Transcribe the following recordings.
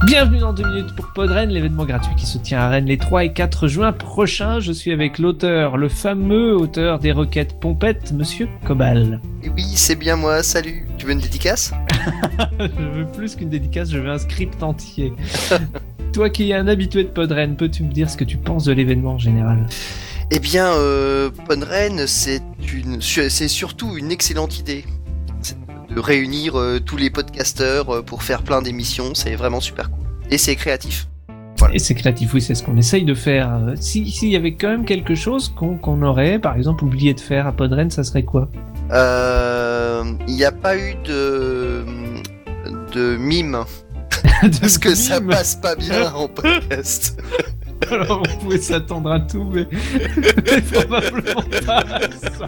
Bienvenue dans 2 minutes pour Podren, l'événement gratuit qui se tient à Rennes les 3 et 4 juin prochains. Je suis avec l'auteur, le fameux auteur des requêtes pompettes, Monsieur Cobal. Et oui, c'est bien moi, salut. Tu veux une dédicace? Je veux plus qu'une dédicace, je veux un script entier. Toi qui es un habitué de Podren, peux-tu me dire ce que tu penses de l'événement en général? Eh bien, Podren, c'est surtout une excellente idée. C'est de réunir tous les podcasteurs pour faire plein d'émissions, c'est vraiment super cool. Et c'est créatif. Voilà. Et c'est créatif, oui, c'est ce qu'on essaye de faire. S'il y avait quand même quelque chose qu'on aurait, par exemple, oublié de faire à Podren, ça serait quoi? Il n'y a pas eu de mime. Parce que ça passe pas bien en podcast. Alors on pouvait s'attendre à tout, mais probablement pas à ça.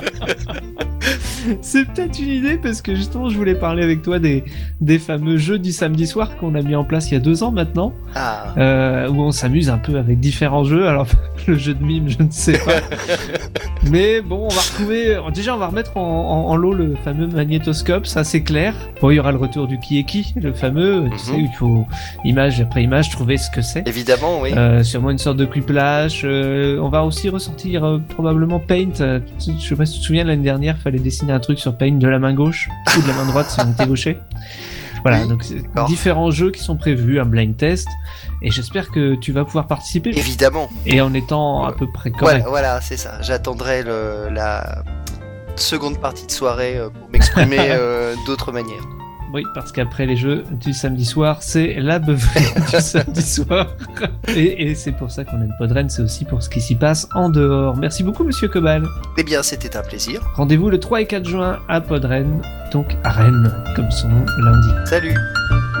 C'est peut-être une idée parce que justement je voulais parler avec toi des fameux jeux du samedi soir qu'on a mis en place il y a 2 ans maintenant, où on s'amuse un peu avec différents jeux. Alors le jeu de mime, je ne sais pas, mais bon, on va retrouver. Déjà, on va remettre en lot le fameux magnétoscope, ça c'est clair. Bon, il y aura le retour du qui est qui, le fameux. Tu sais, où il faut image après image trouver ce que c'est. Évidemment, oui. Sûrement une sorte de quiplash. On va aussi ressortir probablement Paint. Je sais pas si tu te souviens, l'année dernière, il fallait dessiner un truc sur Paint de la main gauche ou de la main droite si on était gaucher. Voilà, oui, donc c'est différents jeux qui sont prévus, un blind test, et j'espère que tu vas pouvoir participer. Évidemment. Et en étant à peu près correct. Voilà, c'est ça. J'attendrai la seconde partie de soirée pour m'exprimer d'autres manières. Oui, parce qu'après les jeux du samedi soir, c'est la beuverie du samedi soir. Et c'est pour ça qu'on aime Podren, c'est aussi pour ce qui s'y passe en dehors. Merci beaucoup, Monsieur Cobal. Eh bien, c'était un plaisir. Rendez-vous le 3 et 4 juin à Podren, donc à Rennes, comme son nom l'indique. Salut.